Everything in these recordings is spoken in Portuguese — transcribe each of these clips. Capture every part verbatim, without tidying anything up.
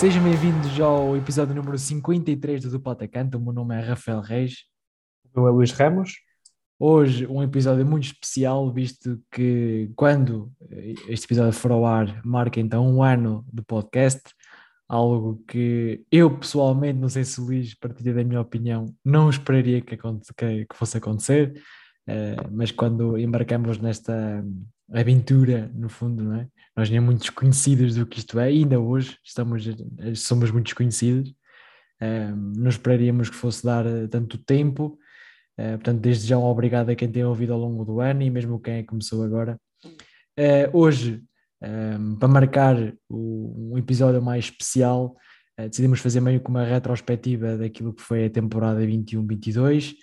Sejam bem-vindos ao episódio número cinquenta e três do Duplo Atacante. O meu nome é Rafael Reis. O meu é Luís Ramos. Hoje um episódio muito especial, visto que quando este episódio for ao ar, marca então um ano de podcast, algo que eu pessoalmente, não sei se o Luís partilha da minha opinião, não esperaria que, aconte- que- que fosse acontecer, eh, mas quando embarcamos nesta aventura, no fundo, não é? Nós nem muito desconhecidos do que isto é, e ainda hoje estamos, somos muito desconhecidos. Eh, não esperaríamos que fosse dar eh, tanto tempo. Uh, portanto, desde já um obrigado a quem tem ouvido ao longo do ano e mesmo quem começou agora. Uh, hoje, um, para marcar o, um episódio mais especial, uh, decidimos fazer meio que uma retrospectiva daquilo que foi a temporada vinte e um vinte e dois,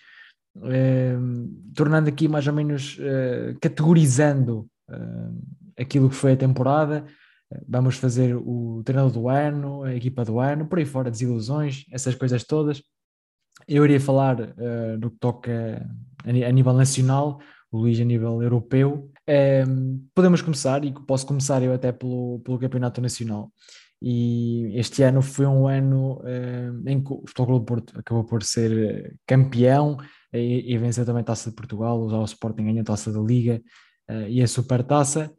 uh, tornando aqui mais ou menos, uh, categorizando uh, aquilo que foi a temporada. Vamos fazer o treinador do ano, a equipa do ano, por aí fora, desilusões, essas coisas todas. Eu iria falar uh, do que toca a, a nível nacional, o Luís a nível europeu. Um, podemos começar, e posso começar eu até pelo, pelo Campeonato Nacional. E este ano foi um ano uh, em que o Futebol Clube do Porto acabou por ser campeão e, e venceu também a Taça de Portugal, o Sporting ganhou a Taça da Liga uh, e a Supertaça.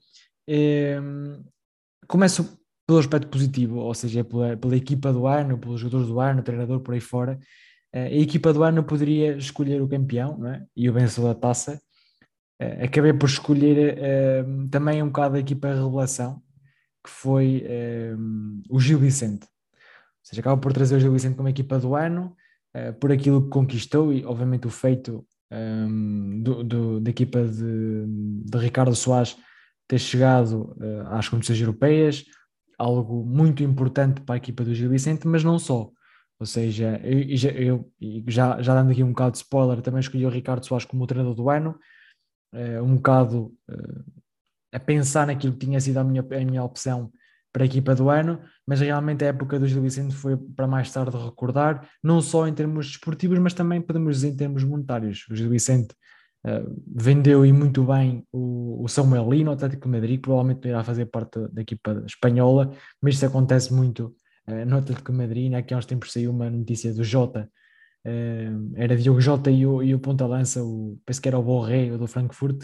Um, Começo pelo aspecto positivo, ou seja, pela, pela equipa do ano, pelos jogadores do ano, o treinador por aí fora. A equipa do ano poderia escolher o campeão, não é? E o vencedor da taça. Uh, acabei por escolher uh, também um bocado a equipa revelação, que foi uh, o Gil Vicente. Ou seja, acaba por trazer o Gil Vicente como equipa do ano, uh, por aquilo que conquistou e, obviamente, o feito um, do, do, da equipa de, de Ricardo Soares ter chegado uh, às competições europeias, algo muito importante para a equipa do Gil Vicente, mas não só. Ou seja, eu, já, eu, já, já dando aqui um bocado de spoiler, também escolhi o Ricardo Soares como o treinador do ano, uh, um bocado uh, a pensar naquilo que tinha sido a minha, a minha opção para a equipa do ano, mas realmente a época do Gil Vicente foi para mais tarde recordar, não só em termos desportivos, mas também podemos dizer em termos monetários. O Gil Vicente uh, vendeu e muito bem o, o Samuel Lino, o Atlético de Madrid, que provavelmente não irá fazer parte da equipa espanhola, mas isso acontece muito uh, no Atlético de Madrid, né? Que há uns tempos saiu uma notícia do Jota, uh, era Diogo Jota e o, e o ponta-lança, o, penso que era o Borré, o do Frankfurt,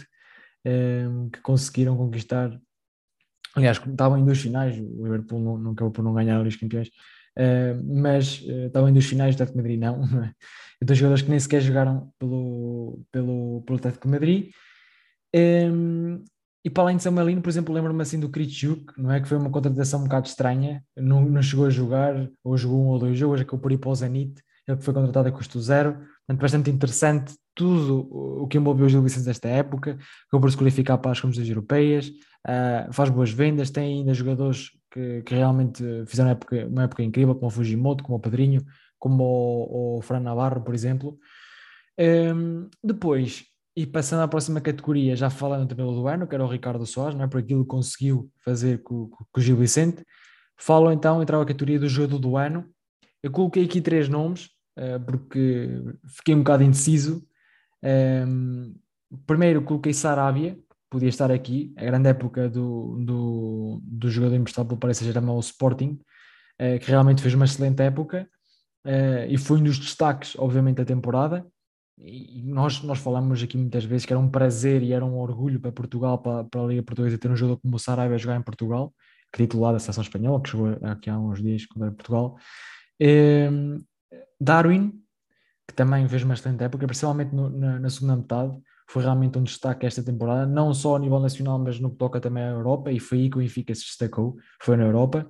uh, que conseguiram conquistar. Aliás, estavam em duas finais, o Liverpool não, não acabou por não ganhar a Liga dos Campeões, uh, mas uh, estavam em duas finais, o Atlético de Madrid não. Então, jogadores que nem sequer jogaram pelo, pelo, pelo Atlético de Madrid. Um, e para além de Samuelino, por exemplo, lembro-me assim do Kritschuk, não é? Que foi uma contratação um bocado estranha, não, não chegou a jogar, ou jogou um ou dois jogos, acabou por ir para o Zenit, ele que foi contratado a custo zero. Portanto, bastante interessante tudo o que envolveu o Gil Vicente nesta época, acabou por se qualificar para as competições europeias, uh, faz boas vendas, tem ainda jogadores que, que realmente fizeram uma época, uma época incrível, como o Fujimoto, como o Pedrinho, como o, o Fran Navarro, por exemplo. Um, depois, e passando à próxima categoria, já falando do treinador do ano, que era o Ricardo Soares, não é? Por aquilo que conseguiu fazer com, com, com o Gil Vicente. Falo então, entrava a categoria do jogador do ano. Eu coloquei aqui três nomes, uh, porque fiquei um bocado indeciso. Um, primeiro coloquei Sarabia, podia estar aqui, a grande época do, do, do jogador emprestado pelo Paris Saint-Germain ao Sporting, uh, que realmente fez uma excelente época, uh, e foi um dos destaques, obviamente, da temporada. E nós, nós falamos aqui muitas vezes que era um prazer e era um orgulho para Portugal, para, para a Liga Portuguesa, ter um jogador como o Sarabia a jogar em Portugal, que é titular da seleção espanhola, que jogou aqui há uns dias contra Portugal. Um, Darwin, que também fez uma excelente época, principalmente no, na, na segunda metade, foi realmente um destaque esta temporada, não só a nível nacional, mas no que toca também à Europa, e foi aí que o Benfica se destacou, foi na Europa,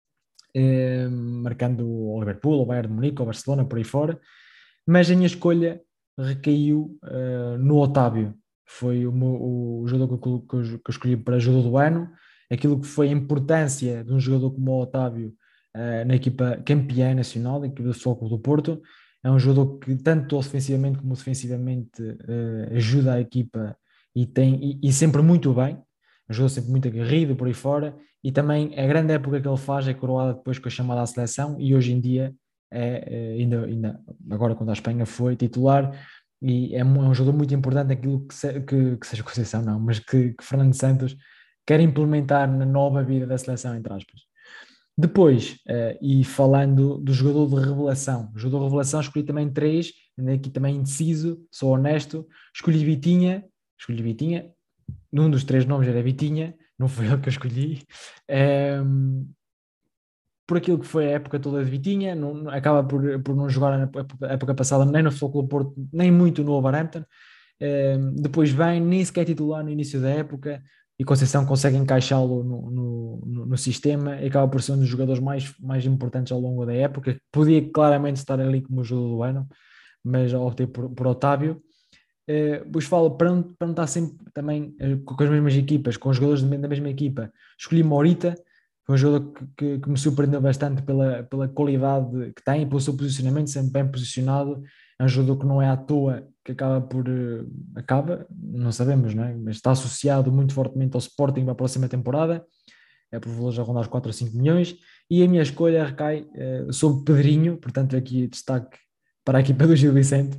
eh, marcando o Liverpool, o Bayern de Munique, o Barcelona, por aí fora, mas a minha escolha recaiu uh, no Otávio, foi o, meu, o jogador que eu, que, eu, que eu escolhi para jogador do ano, aquilo que foi a importância de um jogador como o Otávio uh, na equipa campeã nacional, da equipa do Futebol Clube do Porto. É um jogador que tanto ofensivamente como defensivamente uh, ajuda a equipa e, tem, e, e sempre muito bem, um jogador sempre muito aguerrido por aí fora, e também a grande época que ele faz é coroada depois com a chamada à seleção, e hoje em dia é, é ainda, ainda agora quando a Espanha foi titular, e é um, é um jogador muito importante aquilo que, se, que, que seja Conceição não, mas que, que Fernando Santos quer implementar na nova vida da seleção, entre aspas. Depois, uh, e falando do jogador de revelação, o jogador de revelação escolhi também três, aqui também indeciso, sou honesto, escolhi Vitinha, escolhi Vitinha, num dos três nomes era Vitinha, não foi ele que eu escolhi, um, por aquilo que foi a época toda de Vitinha, não, acaba por, por não jogar na época passada nem no Futebol Clube Porto, nem muito no Wolverhampton. Um, depois vem, nem sequer titular no início da época, e Conceição consegue encaixá-lo no, no, no, no sistema e acaba por ser um dos jogadores mais, mais importantes ao longo da época. Podia claramente estar ali como o jogador do ano, mas optei por, por Otávio. Uh, pois falo, para não, para não estar sempre também uh, com as mesmas equipas, com os jogadores da mesma equipa, escolhi Morita, foi um jogador que, que, que me surpreendeu bastante pela, pela qualidade que tem e pelo seu posicionamento, sempre bem posicionado. É um jogador que não é à toa, que acaba por. Uh, acaba, não sabemos, não é? Mas está associado muito fortemente ao Sporting para a próxima temporada, é por valores a rondar os quatro ou cinco milhões. E a minha escolha recai uh, sobre Pedrinho, portanto, aqui destaque para a equipa do Gil Vicente.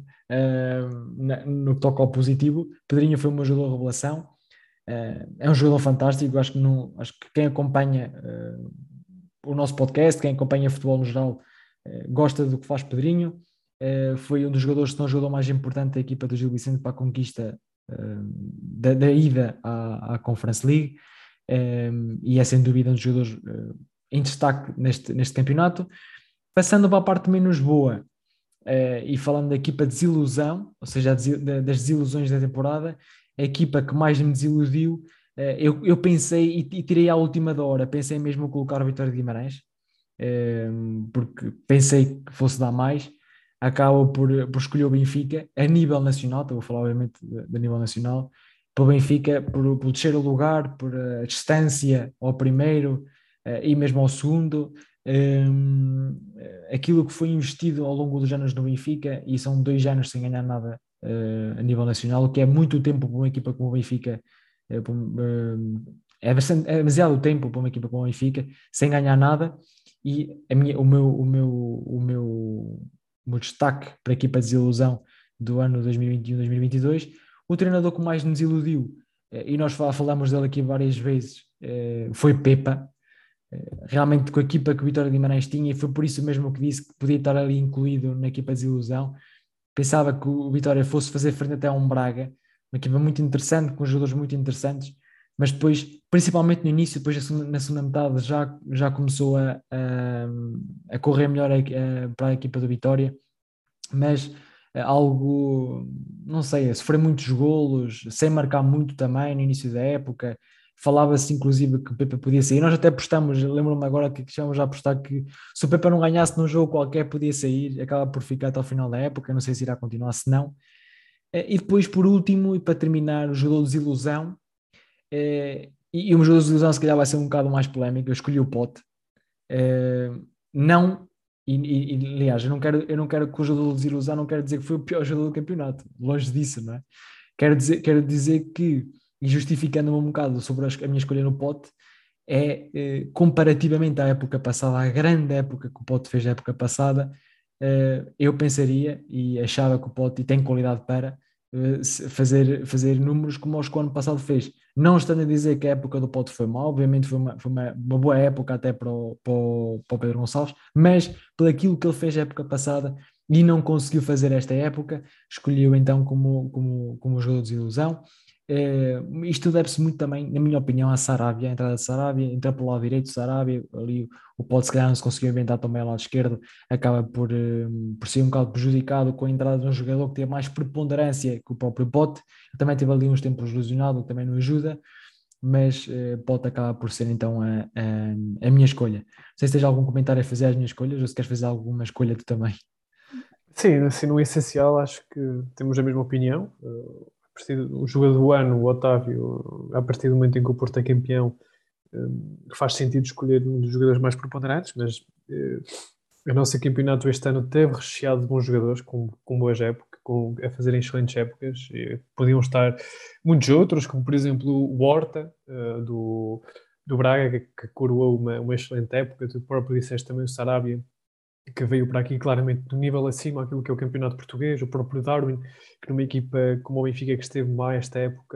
Uh, no que toca ao positivo, Pedrinho foi uma jogador de revelação, uh, é um jogador fantástico. Acho que, não, acho que quem acompanha uh, o nosso podcast, quem acompanha futebol no geral, uh, gosta do que faz Pedrinho. Uh, foi um dos jogadores, se não o jogador mais importante da equipa do Gil Vicente para a conquista uh, da, da ida à, à Conference League, um, e é sem dúvida um dos jogadores uh, em destaque neste, neste campeonato. Passando para a parte menos boa, Uh, e falando da equipa de desilusão, ou seja, das desilusões da temporada, a equipa que mais me desiludiu, uh, eu, eu pensei e, e tirei à última da hora, pensei mesmo colocar o Vitória de Guimarães, uh, porque pensei que fosse dar mais, acabo por, por escolher o Benfica, a nível nacional, estou a falar obviamente de, de nível nacional, para o Benfica, por, por terceiro lugar, por a distância ao primeiro uh, e mesmo ao segundo. Um, aquilo que foi investido ao longo dos anos no Benfica, e são dois anos sem ganhar nada uh, a nível nacional, o que é muito tempo para uma equipa como o Benfica, uh, para, uh, é, bastante, é demasiado tempo para uma equipa como o Benfica sem ganhar nada. E a minha, o, meu, o, meu, o, meu, o meu destaque para a equipa de desilusão do ano dois mil e vinte e um dois mil e vinte e dois, o treinador que mais nos iludiu, uh, e nós falamos dele aqui várias vezes, uh, foi Pepa. Realmente com a equipa que o Vitória de Guimarães tinha, e foi por isso mesmo que disse que podia estar ali incluído na equipa de desilusão. Pensava que o Vitória fosse fazer frente até a um Braga, uma equipa muito interessante, com jogadores muito interessantes, mas depois, principalmente no início, depois na segunda metade, já, já começou a, a, a correr melhor a, a, para a equipa do Vitória, mas algo, não sei, sofrer muitos golos, sem marcar muito também no início da época. Falava-se inclusive que o Pepa podia sair. Nós até apostamos, lembro-me agora que chegamos a apostar que se o Pepa não ganhasse num jogo qualquer, podia sair, acaba por ficar até ao final da época. Não sei se irá continuar, se não. E depois, por último, e para terminar, o jogador de desilusão. E o jogador de desilusão, se calhar, vai ser um bocado mais polémico. Eu escolhi o Pote. Não. E, e, e, aliás, eu não, quero, eu não quero que o jogador de desilusão, não quero dizer que foi o pior jogador do campeonato, longe disso, não é? Quero dizer, quero dizer que, e justificando-me um bocado sobre a minha escolha no Pote, é eh, comparativamente à época passada, à grande época que o Pote fez na época passada, eh, eu pensaria e achava que o Pote tem qualidade para eh, fazer, fazer números como os que o ano passado fez. Não estando a dizer que a época do Pote foi má, obviamente foi uma, foi uma, uma boa época até para o, para, o, para o Pedro Gonçalves, mas pelo aquilo que ele fez na época passada e não conseguiu fazer esta época, escolheu então como, como, como jogador de desilusão. Uh, isto deve-se muito também, na minha opinião, à Sarabia, a entrada de Sarabia, entrar pelo lado direito, Sarabia, ali o Pote se calhar não se conseguiu inventar também ao lado esquerdo, acaba por, uh, por ser um bocado prejudicado com a entrada de um jogador que tem mais preponderância que o próprio Pote. Também teve ali uns tempos lesionado, também não ajuda, mas uh, Pote acaba por ser então a, a, a minha escolha. Não sei se tens algum comentário a fazer às minhas escolhas, ou se queres fazer alguma escolha tu também. Sim, assim, no essencial acho que temos a mesma opinião. Uh, a partir do o jogador do ano, o Otávio, a partir do momento em que o Porto é campeão, uh, faz sentido escolher um dos jogadores mais preponderantes, mas uh, o nosso campeonato este ano teve recheado de bons jogadores, com, com boas épocas, com, a fazerem excelentes épocas. E podiam estar muitos outros, como por exemplo o Horta, uh, do, do Braga, que, que coroou uma, uma excelente época. Tu próprio disseste também o Sarabia, que veio para aqui claramente do nível acima daquilo que é o campeonato português, o próprio Darwin, que numa equipa como o Benfica que esteve lá esta época,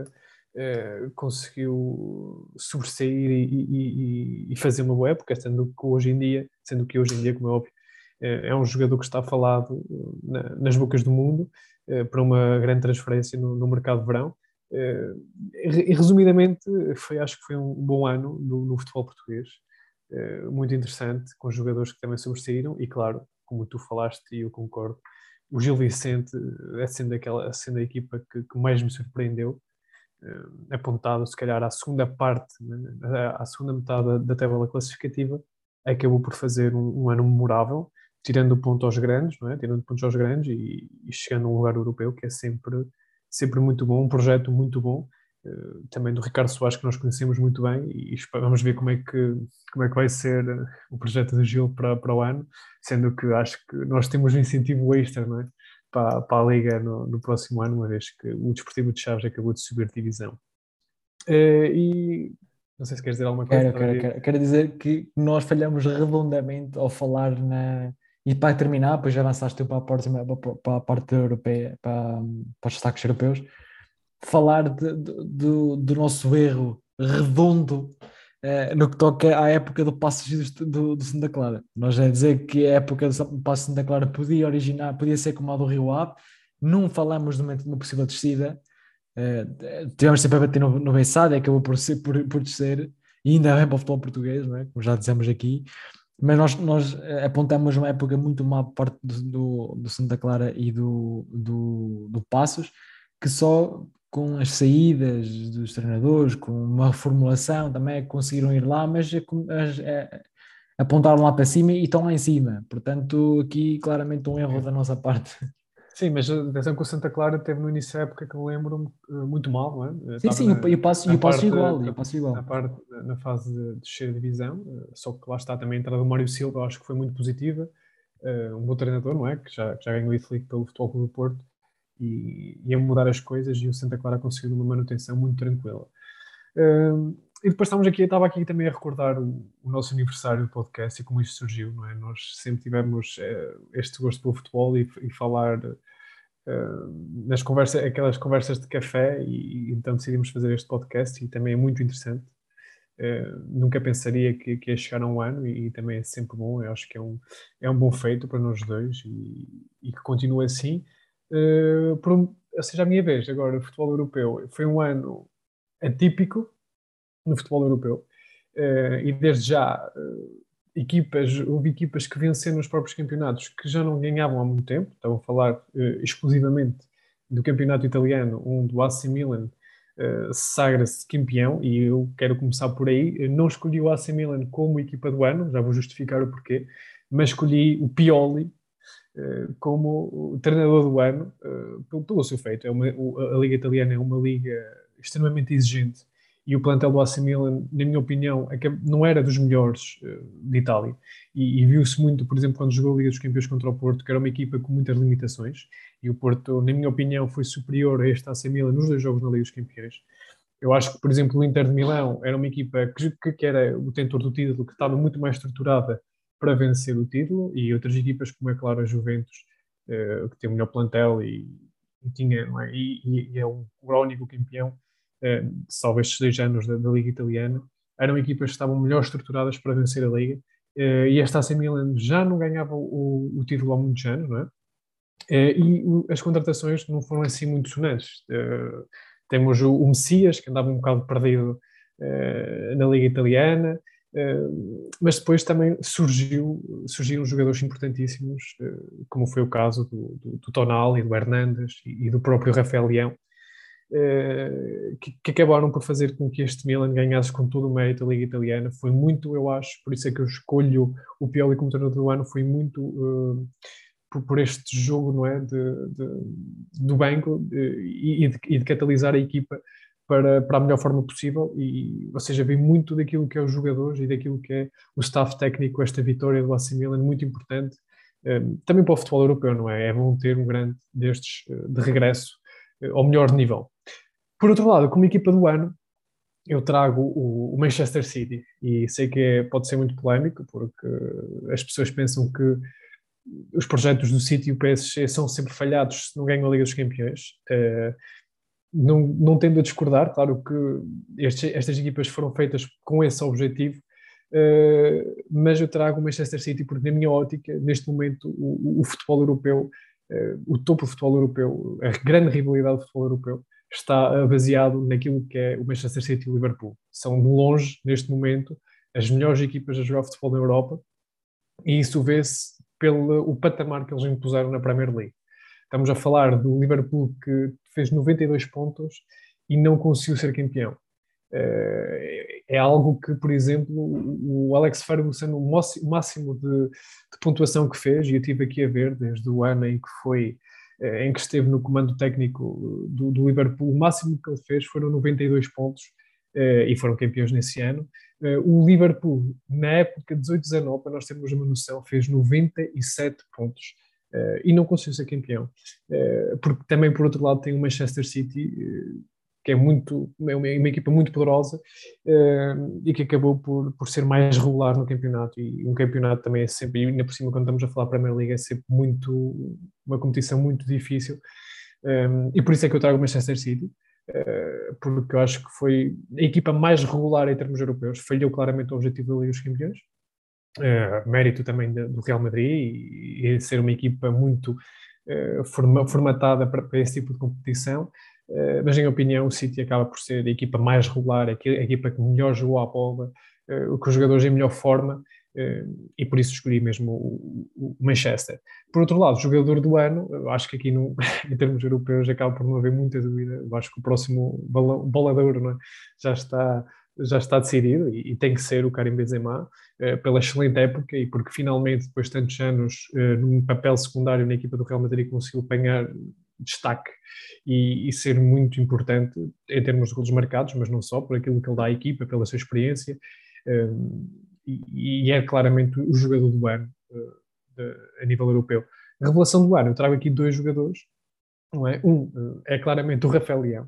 uh, conseguiu sobressair e, e, e, e fazer uma boa época, sendo que hoje em dia, sendo que hoje em dia, como é óbvio, uh, é um jogador que está falado na, nas bocas do mundo uh, para uma grande transferência no, no mercado de verão. Uh, e resumidamente, foi, acho que foi um bom ano no, no futebol português, uh, muito interessante, com jogadores que também sobressaíram e, claro, como tu falaste e eu concordo, o Gil Vicente é sendo, aquela, sendo a equipa que, que mais me surpreendeu, uh, apontado se calhar à segunda parte, né, à, à segunda metade da, da tabela classificativa, acabou por fazer um, um ano memorável, tirando ponto aos grandes, não é? Tirando pontos aos grandes e, e chegando a um lugar europeu, que é sempre, sempre muito bom, um projeto muito bom, uh, também do Ricardo Soares, que nós conhecemos muito bem, e, e vamos ver como é que, como é que vai ser uh, o projeto do Gil para, para o ano, sendo que acho que nós temos um incentivo extra, não é? Para, para a Liga no, no próximo ano, uma vez que o Desportivo de Chaves acabou de subir de divisão. Uh, e não sei se queres dizer alguma coisa. Quero, quero, quero, quero dizer que nós falhamos redondamente ao falar na. E para terminar, depois já avançaste tu para a parte, para a parte europeia, para, para os destaques europeus, falar de, de, do, do nosso erro redondo eh, no que toca à época do Passos do, do, do Santa Clara. Nós é dizer que a época do Passos de Santa Clara podia originar, podia ser como a do Rio Ave, não falamos de uma, de uma possível descida. Uh, tivemos sempre a bater no, no Bessade, acabou por, ser, por, por descer, e ainda bem para o futebol português, não é? Como já dissemos aqui, mas nós, nós apontamos uma época muito má por parte do, do, do Santa Clara e do, do, do Passos, que só com as saídas dos treinadores, com uma reformulação também conseguiram ir lá, mas as, é, apontaram lá para cima e estão lá em cima, portanto aqui claramente um erro da nossa parte. Sim, mas atenção que o Santa Clara teve no início da época que eu lembro muito mal, não é? Sim, Estava sim, na, e o passo, na e o passo parte, igual, e o na, passo igual. na parte, na fase de descer a divisão, só que lá está também a entrada do Mário Silva, eu acho que foi muito positiva, um bom treinador, não é? Que já, que já ganhou isso pelo Futebol Clube do Porto e ia mudar as coisas e o Santa Clara conseguiu uma manutenção muito tranquila. Um, e depois estávamos aqui, eu estava aqui também a recordar o, o nosso aniversário do podcast e como isto surgiu, não é? Nós sempre tivemos uh, este gosto pelo futebol e, e falar uh, nas conversas, aquelas conversas de café e, e então decidimos fazer este podcast e também é muito interessante. Uh, nunca pensaria que, que ia chegar a um ano e, e também é sempre bom, eu acho que é um, é um bom feito para nós dois e, e que continue assim. Uh, por um, ou seja, a minha vez agora, o futebol europeu foi um ano atípico no futebol europeu. Uh, e desde já, uh, equipas, houve equipas que venceram os próprios campeonatos que já não ganhavam há muito tempo. Estava a falar uh, exclusivamente do campeonato italiano, onde o A C Milan uh, sagra-se campeão. E eu quero começar por aí. Eu não escolhi o A C Milan como equipa do ano, já vou justificar o porquê, mas escolhi o Pioli Uh, como o treinador do ano uh, pelo, pelo seu feito. É uma, a Liga Italiana é uma liga extremamente exigente e o plantel do A C Milan, na minha opinião, não era dos melhores uh, de Itália e, e viu-se muito, por exemplo, quando jogou a Liga dos Campeões contra o Porto, que era uma equipa com muitas limitações e o Porto, na minha opinião, foi superior a este A C Milan nos dois jogos na Liga dos Campeões. Eu acho que, por exemplo, o Inter de Milão era uma equipa que, que era o detentor do título, que estava muito mais estruturada para vencer o título, e outras equipas, como é claro a Juventus, uh, que tem o melhor plantel e, e tinha, não é? e, e é o único campeão, uh, salvo estes dois anos da, da Liga Italiana, eram equipas que estavam melhor estruturadas para vencer a Liga, uh, e esta A C Milan já não ganhava o, o título há muitos anos, não é? Uh, e o, as contratações não foram assim muito sonantes. Uh, temos o, o Messias, que andava um bocado perdido uh, na Liga Italiana, Uh, mas depois também surgiu, surgiram jogadores importantíssimos, uh, como foi o caso do, do, do Tonal e do Hernandes e, e do próprio Rafael Leão, uh, que, que acabaram por fazer com que este Milan ganhasse com todo o mérito a Liga Italiana. Foi muito, eu acho, por isso é que eu escolho o Pioli como treinador do ano, foi muito uh, por, por este jogo, não é, de, de, do banco de, e, de, e de catalisar a equipa Para, para a melhor forma possível e, ou seja, vi muito daquilo que é os jogadores e daquilo que é o staff técnico, esta vitória do A C Milan, muito importante, um, também para o futebol europeu, não é? É bom ter um grande destes uh, de regresso uh, ao melhor nível. Por outro lado, como equipa do ano, eu trago o, o Manchester City e sei que é, pode ser muito polémico, porque as pessoas pensam que os projetos do City e o P S G são sempre falhados se não ganham a Liga dos Campeões. Uh, não, não tendo a discordar, claro que estes, estas equipas foram feitas com esse objetivo, uh, mas eu trago o Manchester City porque, na minha ótica, neste momento, o, o futebol europeu, uh, o topo do futebol europeu, a grande rivalidade do futebol europeu, está uh, baseado naquilo que é o Manchester City e o Liverpool. São, de longe, neste momento, as melhores equipas a jogar futebol na Europa, e isso vê-se pelo o patamar que eles impuseram na Premier League. Estamos a falar do Liverpool que fez noventa e dois pontos e não conseguiu ser campeão. É algo que, por exemplo, o Alex Ferguson, o máximo de, de pontuação que fez, e eu estive aqui a ver desde o ano em que foi, em que esteve no comando técnico do, do Liverpool, o máximo que ele fez foram noventa e dois pontos e foram campeões nesse ano. O Liverpool, na época dezoito dezanove, para nós termos uma noção, fez noventa e sete pontos. Uh, e não conseguiu ser campeão, uh, porque também por outro lado tem o Manchester City, uh, que é muito é uma, uma equipa muito poderosa, uh, e que acabou por, por ser mais regular no campeonato, e um campeonato também é sempre, e ainda por cima quando estamos a falar Premier League, é sempre muito, uma competição muito difícil, um, e por isso é que eu trago o Manchester City, uh, porque eu acho que foi a equipa mais regular em termos europeus, falhou claramente o objetivo da Liga dos Campeões. Uh, mérito também de, do Real Madrid e, e ser uma equipa muito uh, forma, formatada para, para esse tipo de competição, uh, mas em minha opinião o City acaba por ser a equipa mais regular, a, a equipa que melhor jogou à bola, uh, com os jogadores em melhor forma, uh, e por isso escolhi mesmo o, o Manchester. Por outro lado, jogador do ano, eu acho que aqui no, em termos europeus acaba por não haver muita dúvida, eu acho que o próximo bola de ouro, não é? já está já está decidido e, e tem que ser o Karim Benzema, uh, pela excelente época e porque finalmente, depois de tantos anos, uh, num papel secundário na equipa do Real Madrid, conseguiu apanhar destaque e, e ser muito importante em termos de golos marcados, mas não só, por aquilo que ele dá à equipa, pela sua experiência, uh, e, e é claramente o jogador do ano uh, de, a nível europeu. A revelação do ano, eu trago aqui dois jogadores, não é? Um uh, é claramente o Rafael Leão,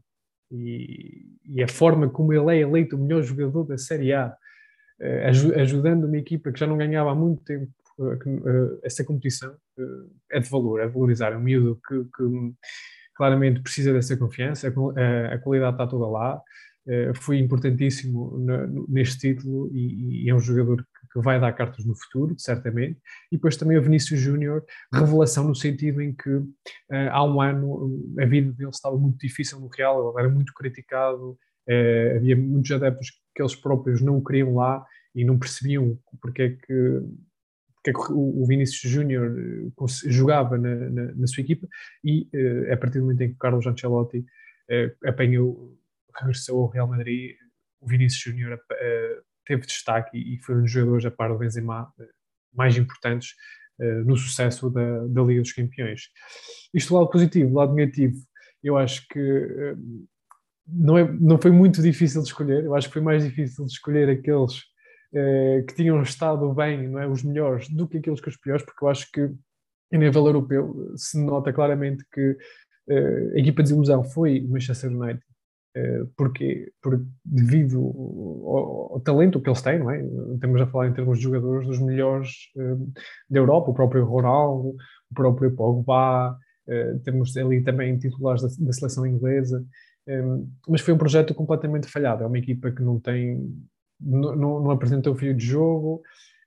E, e a forma como ele é eleito o melhor jogador da Série A, eh, ajudando uma equipa que já não ganhava há muito tempo eh, essa competição, eh, é de valor, é de valorizar. É um miúdo que, que claramente precisa dessa confiança, a, a qualidade está toda lá, eh, foi importantíssimo na, neste título e, e é um jogador que, que vai dar cartas no futuro, certamente. E depois também o Vinícius Júnior, revelação no sentido em que uh, há um ano a vida dele estava muito difícil no Real, ele era muito criticado, uh, havia muitos adeptos que eles próprios não o queriam lá e não percebiam porque é que, porque é que o Vinícius Júnior jogava na, na, na sua equipa, e uh, a partir do momento em que o Carlos Ancelotti uh, apanhou, regressou ao Real Madrid, o Vinícius Júnior uh, teve destaque e foi um dos jogadores, a par do Benzema, uh, mais importantes uh, no sucesso da, da Liga dos Campeões. Isto do lado positivo, do lado negativo, eu acho que uh, não, é, não foi muito difícil de escolher, eu acho que foi mais difícil de escolher aqueles uh, que tinham estado bem, não é, os melhores, do que aqueles que os piores, porque eu acho que a nível europeu se nota claramente que uh, a equipa de desilusão foi o Manchester United. Uh, porque, porque devido ao, ao talento que eles têm, não é? Estamos a falar em termos de jogadores dos melhores uh, da Europa, o próprio Ronaldo, o próprio Pogba, uh, temos ali também titulares da, da seleção inglesa, um, mas foi um projeto completamente falhado. É uma equipa que não tem, não, não, não apresenta o fio de jogo,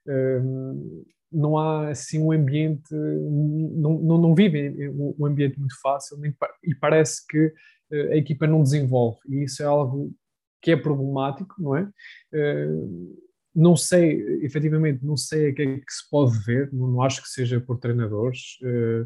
um, não há assim um ambiente, não, não, não vive um ambiente muito fácil, e parece que a equipa não desenvolve, e isso é algo que é problemático, não é? Não sei, efetivamente, não sei a que é que se pode ver, não acho que seja por treinadores,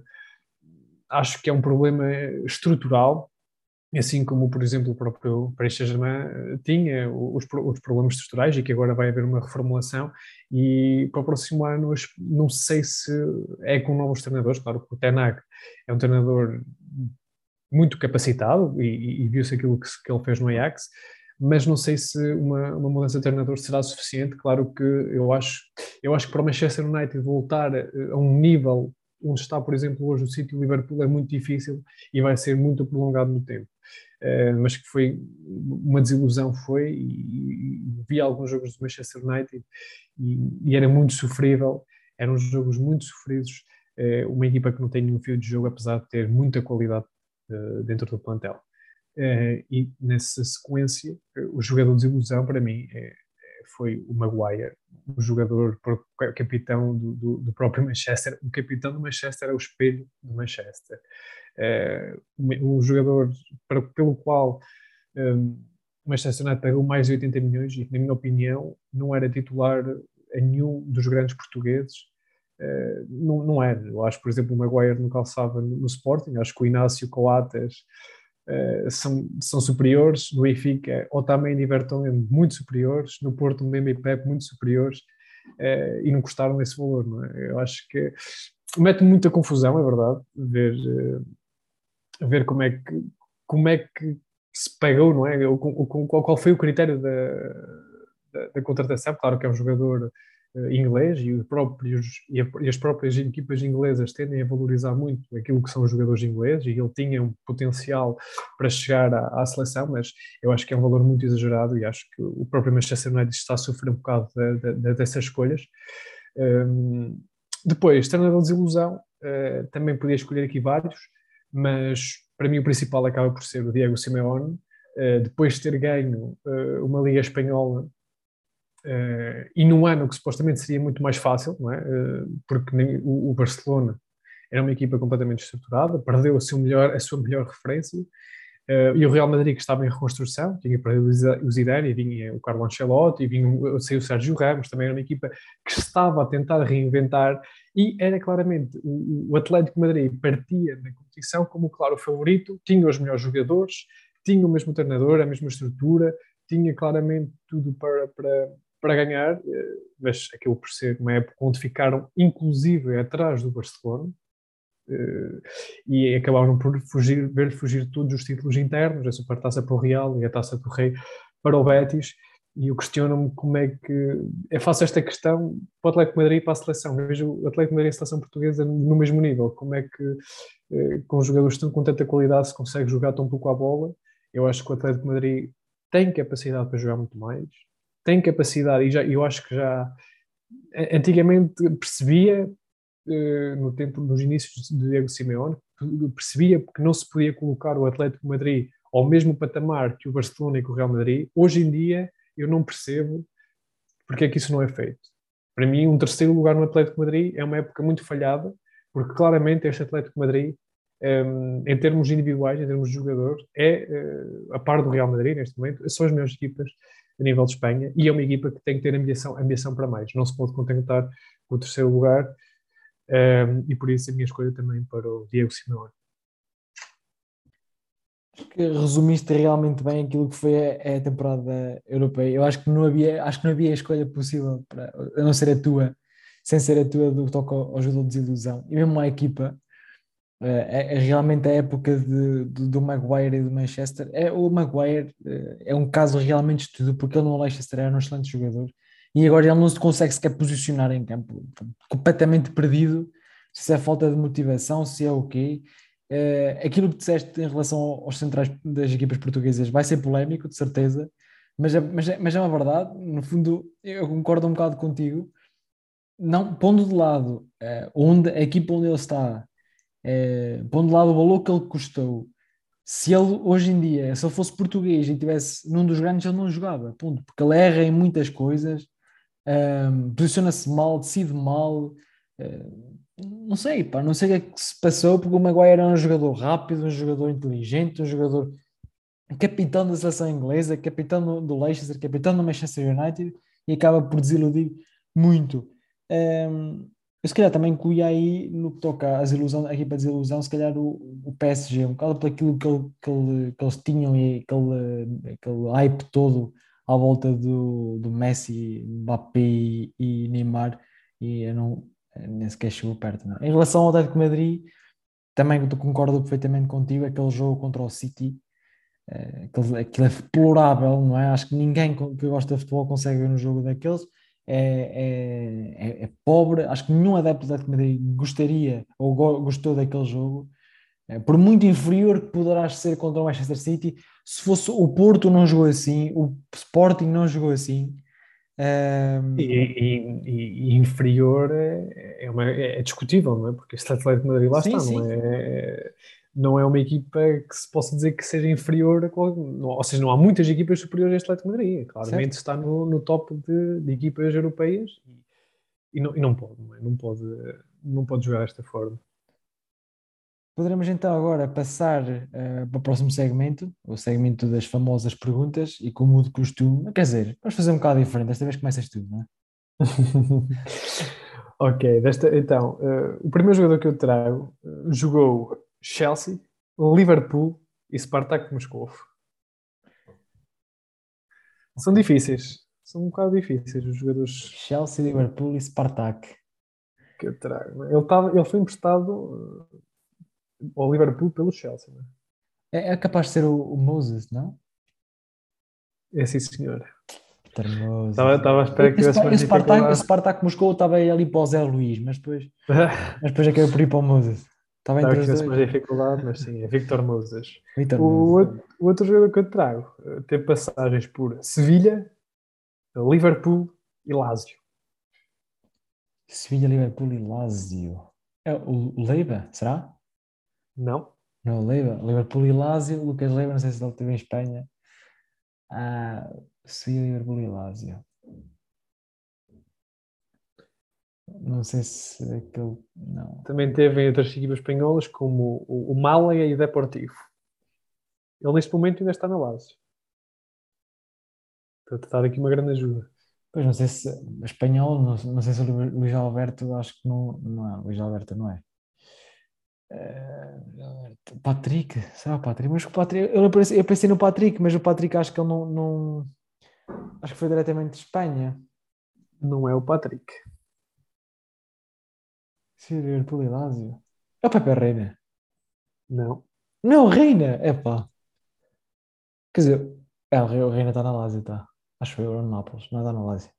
acho que é um problema estrutural, assim como, por exemplo, o próprio Paris Saint-Germain tinha os, os problemas estruturais, e que agora vai haver uma reformulação, e para o próximo ano não sei se é com novos treinadores. Claro que o Ten Hag é um treinador muito capacitado e, e viu-se aquilo que, que ele fez no Ajax, mas não sei se uma, uma mudança de treinador será suficiente. Claro que eu acho, eu acho que para o Manchester United voltar a, a um nível onde está, por exemplo, hoje o City e o Liverpool é muito difícil e vai ser muito prolongado no tempo. Uh, mas que foi uma desilusão, foi, e, e vi alguns jogos do Manchester United e, e era muito sofrível, eram jogos muito sofridos, uh, uma equipa que não tem nenhum fio de jogo, apesar de ter muita qualidade dentro do plantel. Uh, e nessa sequência, uh, o jogador de desilusão para mim é, foi o Maguire, o jogador, o capitão do, do, do próprio Manchester. O capitão do Manchester é o espelho do Manchester. Uh, um, um jogador para, pelo qual um, o Manchester United pagou mais de oitenta milhões e que, na minha opinião, não era titular a nenhum dos grandes portugueses. Uh, não, não era. Eu acho, por exemplo, o Maguire não calçava no, no Sporting. Acho que o Inácio Coates uh, são, são superiores. No Benfica, Otamendi e Vertonghen muito superiores. No Porto, Mbemba e Pepe muito superiores. Uh, e não custaram esse valor, não é? Eu acho que mete muita confusão, é verdade, ver, uh, ver como é que como é que se pagou, não é? Ou, ou, qual, qual foi o critério da, da, da contratação? Claro que é um jogador uh, inglês e, os próprios, e, a, e as próprias equipas inglesas tendem a valorizar muito aquilo que são os jogadores ingleses e ele tinha um potencial para chegar à, à seleção, mas eu acho que é um valor muito exagerado e acho que o próprio Manchester United está a sofrer um bocado de, de, dessas escolhas. Um, depois, treinador de desilusão, uh, também podia escolher aqui vários, mas para mim o principal acaba por ser o Diego Simeone, uh, depois de ter ganho uh, uma Liga Espanhola uh, e num ano que supostamente seria muito mais fácil, não é? Uh, porque nem, o, o Barcelona era uma equipa completamente estruturada, perdeu a sua melhor, a sua melhor referência, uh, e o Real Madrid, que estava em reconstrução, tinha perdido o Zidane, e vinha o Carlo Ancelotti, e vinha, saiu o Sérgio Ramos, também era uma equipa que estava a tentar reinventar, e era claramente, o, o Atlético de Madrid partia da competição como, claro, o favorito, tinha os melhores jogadores, tinha o mesmo treinador, a mesma estrutura, tinha claramente tudo para, para, para ganhar, mas aquilo por ser uma época onde ficaram, inclusive, atrás do Barcelona, e acabaram por fugir, ver fugir todos os títulos internos, a Supertaça para o Real e a Taça do Rei para o Betis, e eu questiono-me como é que eu faço esta questão para o Atlético de Madrid e para a seleção. Eu vejo o Atlético de Madrid e a seleção portuguesa no mesmo nível. Como é que com jogadores tão com tanta qualidade se consegue jogar tão pouco à bola? Eu acho que o Atlético de Madrid tem capacidade para jogar muito mais, tem capacidade, e já, eu acho que já antigamente percebia, no tempo, nos inícios de Diego Simeone, percebia que não se podia colocar o Atlético de Madrid ao mesmo patamar que o Barcelona e que o Real Madrid. Hoje em dia eu não percebo porque é que isso não é feito. Para mim, um terceiro lugar no Atlético de Madrid é uma época muito falhada, porque claramente este Atlético de Madrid, um, em termos individuais, em termos de jogadores, é, uh, a par do Real Madrid neste momento, são as melhores equipas a nível de Espanha, e é uma equipa que tem que ter ambição, ambição para mais. Não se pode contentar com o terceiro lugar, um, e por isso a minha escolha também para o Diego Simeone. Acho que resumiste realmente bem aquilo que foi a, a temporada europeia. Eu acho que não havia, acho que não havia escolha possível para, a não ser a tua, sem ser a tua do que toca ao, ao jogo de desilusão. E mesmo a equipa, é, é realmente a época de, de, do Maguire e do Manchester. É, o Maguire é um caso realmente de estudo, porque ele no Leicester era um excelente jogador e agora ele não se consegue sequer posicionar em campo, completamente perdido. Se é falta de motivação, se é o quê. Uh, aquilo que disseste em relação aos centrais das equipas portuguesas vai ser polémico, de certeza, mas é, mas, é, mas é uma verdade. No fundo, eu concordo um bocado contigo. Não, pondo de lado uh, onde, a equipa onde ele está, uh, pondo de lado o valor que ele custou, se ele hoje em dia, se ele fosse português e estivesse num dos grandes, ele não jogava, ponto, porque ele erra em muitas coisas, um, posiciona-se mal, decide mal. Uh, não sei, pá, não sei o que é que se passou, porque o Maguire era um jogador rápido, um jogador inteligente, um jogador capitão da seleção inglesa, capitão do, do Leicester, capitão do Manchester United, e acaba por desiludir muito. Um, eu se calhar também incluía aí, no que toca às ilusões, a equipa de desilusão, se calhar o, o P S G, um bocado por aquilo que, ele, que, ele, que eles tinham e aquele, aquele hype todo à volta do, do Messi, Mbappé e, e Neymar, e eu não, nem sequer chegou perto. Não. Em relação ao Atlético de Madrid, também concordo perfeitamente contigo, aquele jogo contra o City, aquilo, aquilo é deplorável, não é? Acho que ninguém que gosta de futebol consegue ver um jogo daqueles. É, é, é, pobre, acho que nenhum adepto do Atlético de Madrid gostaria ou go, gostou daquele jogo, é, por muito inferior que poderás ser contra o Manchester City. Se fosse o Porto, não jogou assim, o Sporting não jogou assim. Um... E, e, e inferior é, é, uma, é discutível, não é? Porque este Atlético de Madrid lá Sim, está, não sim. é? não é uma equipa que se possa dizer que seja inferior a qual, não- ou seja, não há muitas equipas superiores a este Atlético de Madrid. Claramente Certo? está no, no top de, de equipas europeias e, e não, e não pode, não é? Não pode, não pode jogar desta forma. Poderemos então agora passar eh, para o próximo segmento, o segmento das famosas perguntas, e como de costume, quer dizer, vamos fazer um bocado diferente, desta vez começas tu, não é? Ok, desta, então, eh, o primeiro jogador que eu trago eh, jogou Chelsea, Liverpool e Spartak Moscovo. São Ok. difíceis, são um bocado difíceis os jogadores Chelsea, Liverpool e Spartak. que eu trago. Ele, tava, ele foi emprestado eh, ao Liverpool pelo Chelsea, né? É, é capaz de ser o, o Moses, não? É sim, senhor. Peter Estava, Moses. estava à E, espera que e tivesse Spa- e o mais Spartak, o dificuldade. Spartak Moscou estava aí ali para o Zé Luís, mas depois, mas depois acabei por ir para o Moses. Estava Estava entre que os tivesse dois. mais dificuldade, mas sim, é Victor Moses. Victor O, Moses. outro- o outro jogador que eu trago eh, teve passagens por Sevilha, Liverpool e Lazio. Sevilha, Liverpool e Lazio. É o o Leiva, será? Não? Não, Leiva. Liverpool e Lazio. Lucas Leiva, não sei se ele esteve em Espanha. Ah, Sevilha, Liverpool e Lazio. Não sei se aquele. Não. Também teve em outras equipas espanholas como o, o Málaga e o Deportivo. Ele neste momento ainda está na Lazio. Estou a dar aqui uma grande ajuda. Pois não sei se. Espanhol, não, não sei se o Lu- Luís Alberto, acho que não, não é. Luís Alberto não é. Eh, Luís Alberto. Patrick, será o Patrick? Mas o Patrick, eu, pensei, eu pensei no Patrick, mas o Patrick acho que ele não, não. Acho que foi diretamente de Espanha. Não é o Patrick. Sim, Liverpool e Lazio. É o Pepe Reina. Não. Não, Reina! Epá. Quer dizer, é, o Re- o Reina está na Lazio, tá? Acho que foi o Nápoles, não está na Lazio.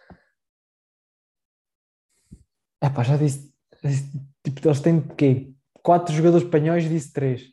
Epá, já disse, já disse, tipo, eles têm de quê? Quatro jogadores espanhóis e disse três.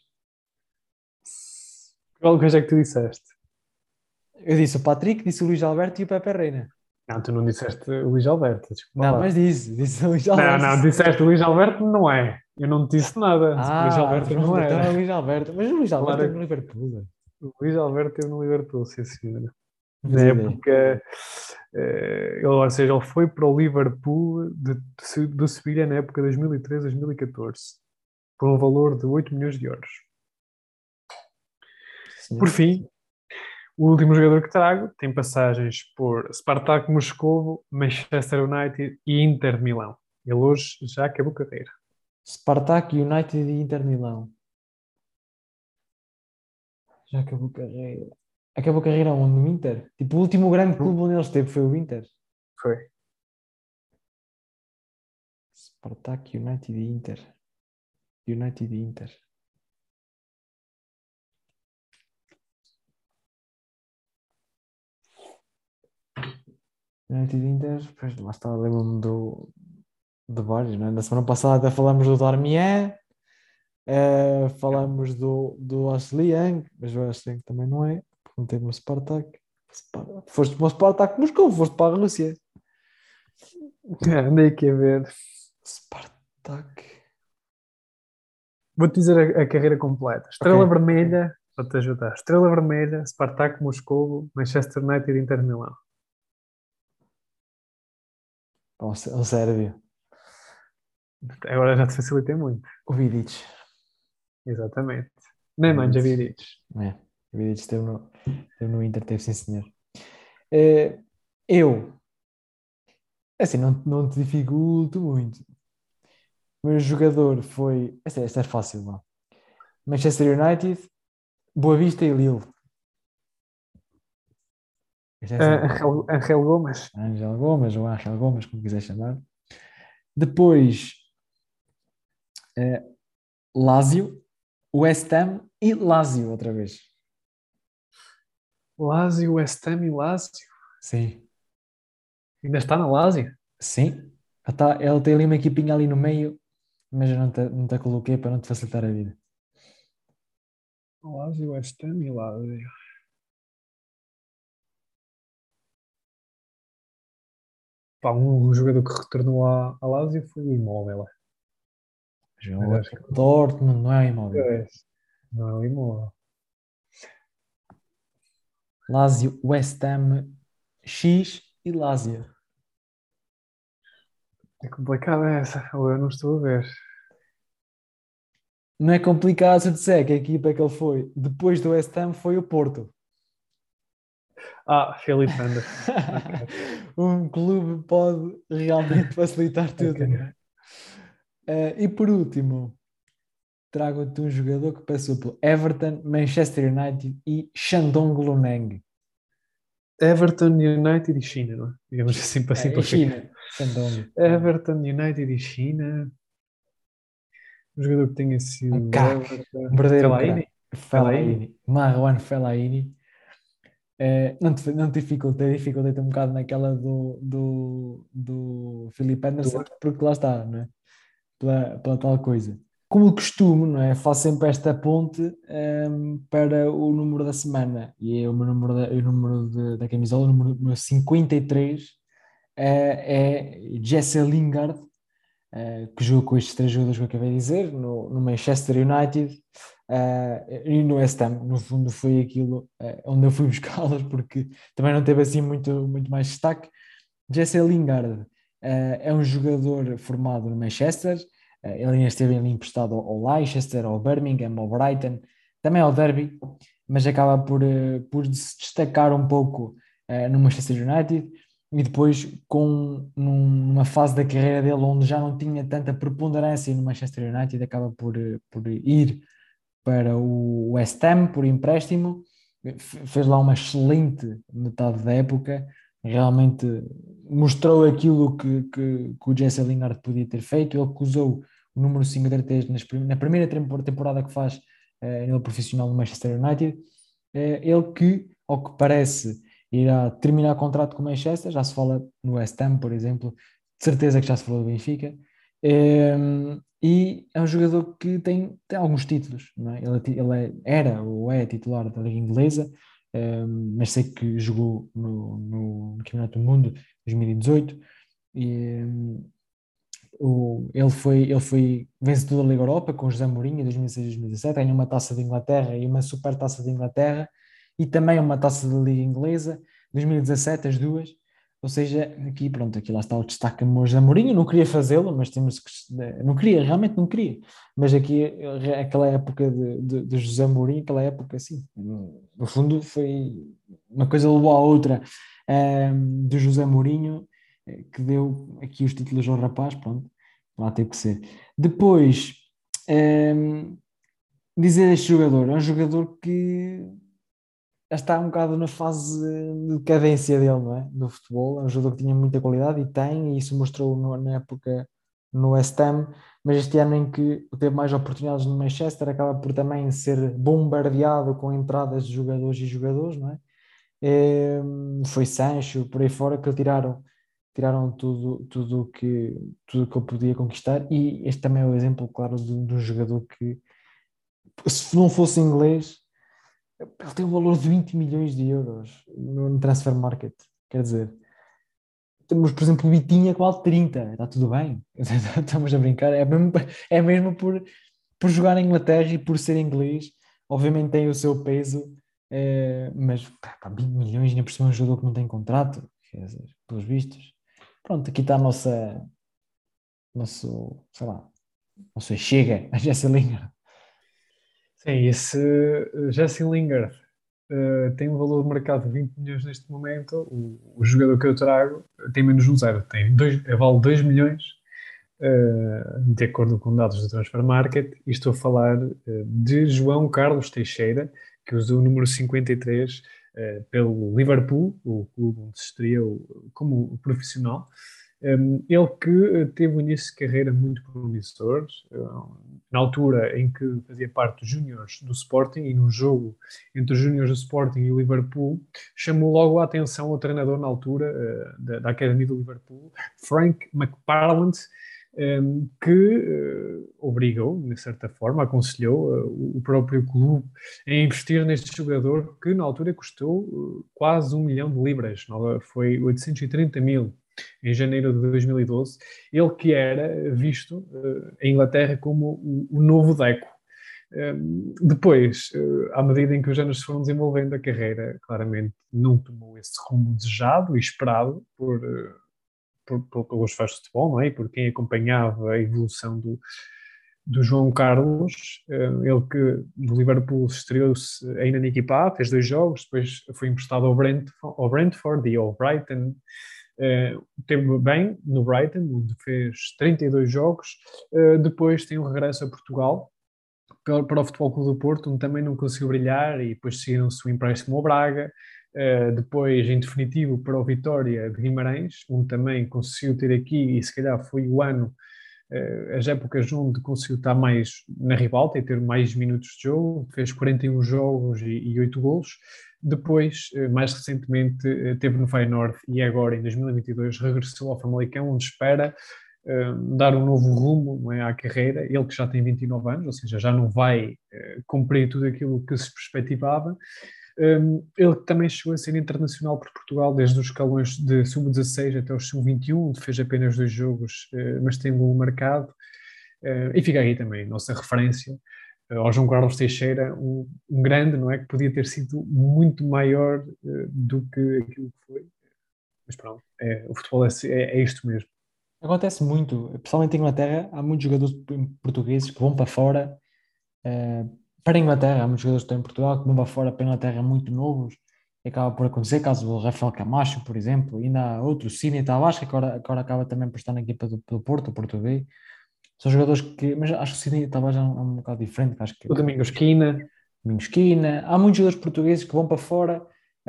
Qual coisa é que tu disseste? Eu disse o Patrick, disse o Luís Alberto e o Pepe Reina. Não, tu não disseste o Luís Alberto. Desculpa Não, mas lá. disse, disse o Luís Não, Alberto. não, disseste o Luís Alberto não é. Eu não te disse nada. O Luís Ah, Alberto não pronto, então é o era. Luís Alberto. Mas o Luís Alberto teve no Claro, Liverpool. o Luís Alberto esteve no Liverpool, sim, senhora. Não Na fazia ideia. época, eh, ele, ou seja, ele foi para o Liverpool de, de- do Sevilha na época dois mil e treze, dois mil e catorze, por um valor de oito milhões de euros. Sim, Por senhor. fim, o último jogador que trago tem passagens por Spartak Moscovo, Manchester United e Inter de Milão. Ele hoje já acabou a carreira. Spartak, United e Inter Milão. Já acabou a carreira. Acabou a carreira onde? No Inter? Tipo, o último grande clube onde ele esteve foi o Inter. Foi. Spartak, United e Inter. United e Inter. United e Inter, pois lá está, lembro-me do, de vários, né? Na semana passada até falámos do Darmian, eh, falámos do, do Ashley Young, mas o Ashley Young também não é, porque não teve o Spartak. Spar- Foste para o Spartak Moscou, foste para a Rússia. Andei aqui a ver. Spartak. Vou-te dizer a, a carreira completa. Ok. Estrela Vermelha, para te ajudar. Estrela Vermelha, Spartak Moscovo, Manchester United e Inter de Milão. Um, sé- um sérvio. Agora já te facilitei muito. O Vidic. Exatamente. O Nem mais, já Vidic. vi ditos. É. O Vidic esteve no, esteve no Inter, teve sim senhor. Eh, eu, assim, não, não te dificulto muito. O meu jogador foi. Esta, esta é fácil, vá. Manchester United, Boa Vista e Lille. Esta é assim, Uh, Angel, Angel Gomes. Ángel Gomes ou Ángel Gomes, como quiser chamar. Depois, eh, Lazio, West Ham e Lazio outra vez. Lazio, West Ham e Lazio. Sim, Ainda está na Lazio? sim. Ah, tá, ele tem ali uma equipinha ali no meio, mas eu não te, não te coloquei para não te facilitar a vida. Lazio, West Ham e Lazio. Pá, um jogador que retornou à, à Lazio foi o Immobile. Jogou Mas acho em que Dortmund, não é imóvel. é esse. Não é o imóvel. Lazio, West Ham, X e Lazio. É complicada essa, ou eu não estou a ver. Não é complicado se eu disser que a equipa que ele foi depois do West Ham foi o Porto. Ah, Felipe Anderson. Ok, Um clube pode realmente facilitar tudo, não ok. é? Eh, e por último, trago-te um jogador que passou pelo Everton, Manchester United e Shandong Luneng. Everton, United e China, não é? Digamos assim para Eh, e simplificar. China, Shandong. Everton, United e China. Um jogador que tenha Um sido craque, um Everton. verdadeiro Fellaini? craque. Fellaini? Fellaini, Marwan Fellaini. Eh, não te, não te dificultei, dificultei-te um bocado naquela do, do, do Filipe Anderson, Do- porque lá está, não é? Pela, pela tal coisa. Como costume, não é? Faço sempre esta ponte ehm, para o número da semana. E é o meu número da, o número de- da camisola, o número, o meu cinquenta e três, eh, é Jesse Lingard, eh, que jogou com estes três jogadores que eu acabei de dizer, no, no Manchester United, eh, e no West Ham. No fundo, foi aquilo eh, onde eu fui buscá-los, porque também não teve assim muito, muito mais destaque. Jesse Lingard eh, é um jogador formado no Manchester, eh, ele ainda esteve ali emprestado ao, ao Leicester, ao Birmingham, ao Brighton, também ao Derby, mas acaba por, eh, por se destacar um pouco eh, no Manchester United e depois com num- numa fase da carreira dele onde já não tinha tanta preponderância no Manchester United, acaba por, eh, por ir para o West Ham por empréstimo, F- fez lá uma excelente metade da época, realmente mostrou aquilo que, que, que o Jesse Lingard podia ter feito. Ele que usou o número cinquenta e três nas prim- na primeira tempo- temporada que faz eh, a nível profissional no Manchester United. Eh, ele que, ao que parece, irá terminar contrato com o Manchester, já se fala no West Ham, por exemplo, de certeza que já se falou do Benfica. Ehm, e é um jogador que tem, tem alguns títulos, não é? Ele, é ti- ele é- era ou é titular da Liga Inglesa, ehm, mas sei que jogou no, no, no Campeonato do Mundo dois mil e dezoito e ehm, o, ele foi, ele foi vencedor da Liga Europa com José Mourinho em dois mil e seis e dois mil e dezessete, ganhou uma taça de Inglaterra e uma super taça de Inglaterra e também uma taça da Liga Inglesa, dois mil e dezassete as duas. Ou seja, aqui pronto, aqui lá está o destaque de José Mourinho, não queria fazê-lo, mas temos que, não queria, realmente não queria, mas aqui aquela época de, de, de José Mourinho, aquela época assim, no, no fundo foi uma coisa levou à outra, um, de José Mourinho, eh, que deu aqui os títulos ao rapaz, pronto, lá teve que ser. Depois, ehm, dizer este jogador, é um jogador que já está um bocado na fase de decadência dele, não é? Do futebol, é um jogador que tinha muita qualidade e tem, e isso mostrou no- na época no West Ham, mas este ano em que teve mais oportunidades no Manchester, acaba por também ser bombardeado com entradas de jogadores e jogadores, não é? Eh, foi Sancho, por aí fora, que tiraram, tiraram tudo tudo o que, tudo que eu podia conquistar. E este também é o exemplo, claro, de, de um jogador que, se não fosse inglês, ele tem um valor de vinte milhões de euros no, no transfer market. Quer dizer, temos, por exemplo, o Vitinha que vale trinta, está tudo bem, estamos a brincar, é mesmo, é mesmo por, por jogar na Inglaterra e por ser inglês, obviamente tem o seu peso, eh, mas pá, pá, vinte milhões ainda por cima é um jogador que não tem contrato, quer dizer, pelos vistos. Pronto, aqui está a nossa, nosso, sei lá, nosso chega, a Jesse Lingard. Sim, esse uh, Jesse Lingard uh, tem um valor de mercado de vinte milhões neste momento. O, o jogador que eu trago tem menos um zero, tem dois, eh, vale dois milhões, uh, de acordo com dados do Transfer Market. E estou a falar uh, de João Carlos Teixeira, que usou o número cinquenta e três uh, pelo Liverpool, o clube onde se estreou como profissional. Um, ele que uh, teve um início de carreira muito promissor, uh, na altura em que fazia parte dos Júniores do Sporting, e num jogo entre os Júniores do Sporting e o Liverpool, chamou logo a atenção ao treinador na altura uh, da, da Academia do Liverpool, Frank McParland, um, que uh, obrigou, de certa forma, aconselhou uh, o próprio clube a investir neste jogador que na altura custou uh, quase um milhão de libras, foi oitocentos e trinta mil. em janeiro de dois mil e doze, ele que era visto uh, em Inglaterra como o, o novo Deco. Um, depois, uh, à medida em que os anos se foram desenvolvendo, a carreira claramente não tomou esse rumo desejado e esperado por, uh, por, por, pelos fãs de futebol, não é? E por quem acompanhava a evolução do, do João Carlos, uh, ele que do Liverpool estreou-se ainda na equipa A, fez dois jogos, depois foi emprestado ao, Brent, ao Brentford e ao Brighton. Uh, teve bem no Brighton, onde fez trinta e dois jogos. Uh, depois tem um regresso a Portugal, para o Futebol Clube do Porto, onde também não conseguiu brilhar, e depois seguiram-se o empréstimo ao Braga, uh, depois em definitivo para o Vitória de Guimarães, onde também conseguiu ter aqui, e se calhar foi o ano, uh, as épocas onde conseguiu estar mais na ribalta e ter mais minutos de jogo, fez quarenta e um jogos e, e oito golos. Depois, uh, mais recentemente, uh, teve no Feyenoord e agora, em dois mil e vinte e dois, regressou ao Famalicão, onde espera Uh, dar um novo rumo, não é, à carreira, ele que já tem vinte e nove anos, ou seja, já não vai uh, cumprir tudo aquilo que se perspectivava. Um, ele também chegou a ser internacional por Portugal desde os escalões de sub dezasseis até os sub vinte e um, onde fez apenas dois jogos, uh, mas tem um gol marcado. Uh, e fica aí também a nossa referência uh, ao João Carlos Teixeira, um, um grande, não é, que podia ter sido muito maior uh, do que aquilo que foi. Mas pronto, é, o futebol é, é, é isto mesmo. Acontece muito, principalmente em Inglaterra, há muitos jogadores portugueses que vão para fora, uh, para a Inglaterra, há muitos jogadores que estão em Portugal que vão para fora, para a Inglaterra, muito novos, e acaba por acontecer, caso do Rafael Camacho, por exemplo, ainda há outros, Cine Tavares, que agora, agora acaba também por estar na equipa do, do Porto, o Porto B, são jogadores que, mas acho que o Cine Tavares é um, é um bocado diferente, acho que O Domingos Quina. Domingos Quina, há muitos jogadores portugueses que vão para fora,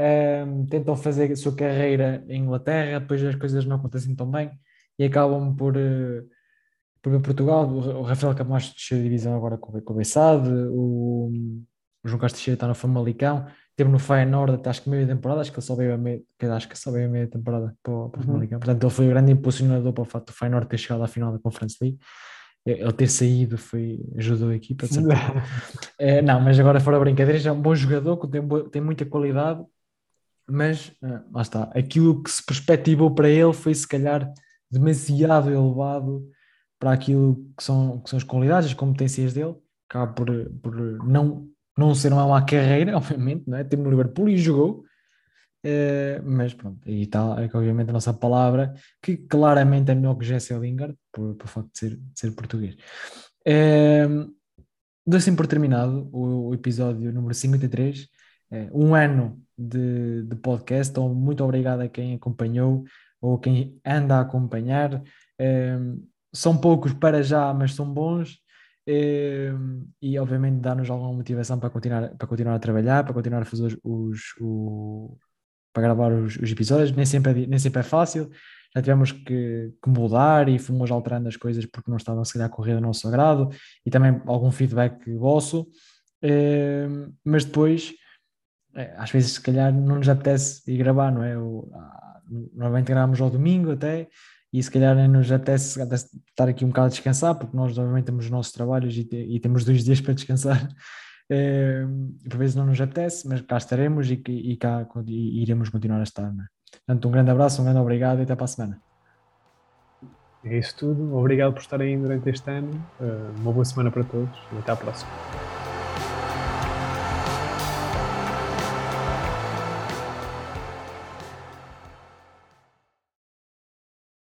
uh, tentam fazer a sua carreira em Inglaterra, depois as coisas não acontecem tão bem, e acabam por, uh, por ver Portugal. O Rafael Camacho desceu a divisão agora com, com o Bessade, o, o João Carlos Teixeira está no Famalicão, esteve no Feyenoord até acho que meia temporada, acho que ele só veio a meia, acho que só veio a meia temporada para, o, para o Famalicão, uhum. Portanto ele foi o grande impulsionador para o facto do Feyenoord ter chegado à final da Conference League. Ele ter saído foi, ajudou a equipa, de certeza. é, não, mas agora fora brincadeiras, é um bom jogador que tem, tem muita qualidade, mas lá está, aquilo que se perspectivou para ele foi se calhar demasiado elevado para aquilo que são, que são as qualidades, as competências dele, acaba por, por não, não ser uma má carreira, obviamente, não é? Teve no Liverpool e jogou, Uh, mas pronto, aí está é que, obviamente a nossa palavra, que claramente é melhor que Jesse Lingard, por, por facto de ser, de ser português. Uh, dou assim por terminado o, o episódio número cinquenta e três, uh, um ano de, de podcast, então muito obrigado a quem acompanhou ou quem anda a acompanhar. Uh, são poucos para já, mas são bons. Uh, e obviamente dá-nos alguma motivação para continuar, para continuar a trabalhar, para continuar a fazer os, os, os para gravar os, os episódios, nem sempre, é, nem sempre é fácil, já tivemos que, que mudar e fomos alterando as coisas porque não estavam se calhar a correr do nosso agrado, e também algum feedback vosso, eh, mas depois, eh, às vezes se calhar não nos apetece ir gravar, não é? O, ah, normalmente gravamos ao domingo até, e se calhar nem nos apetece, apetece estar aqui um bocado a descansar, porque nós obviamente temos os nossos trabalhos e, te, e temos dois dias para descansar. Uh, por vezes não nos apetece, mas cá estaremos e, e cá e iremos continuar a estar. Né? Portanto, um grande abraço, um grande obrigado e até para a semana. É isso tudo. Obrigado por estarem aí durante este ano. Uh, uma boa semana para todos e até à próxima.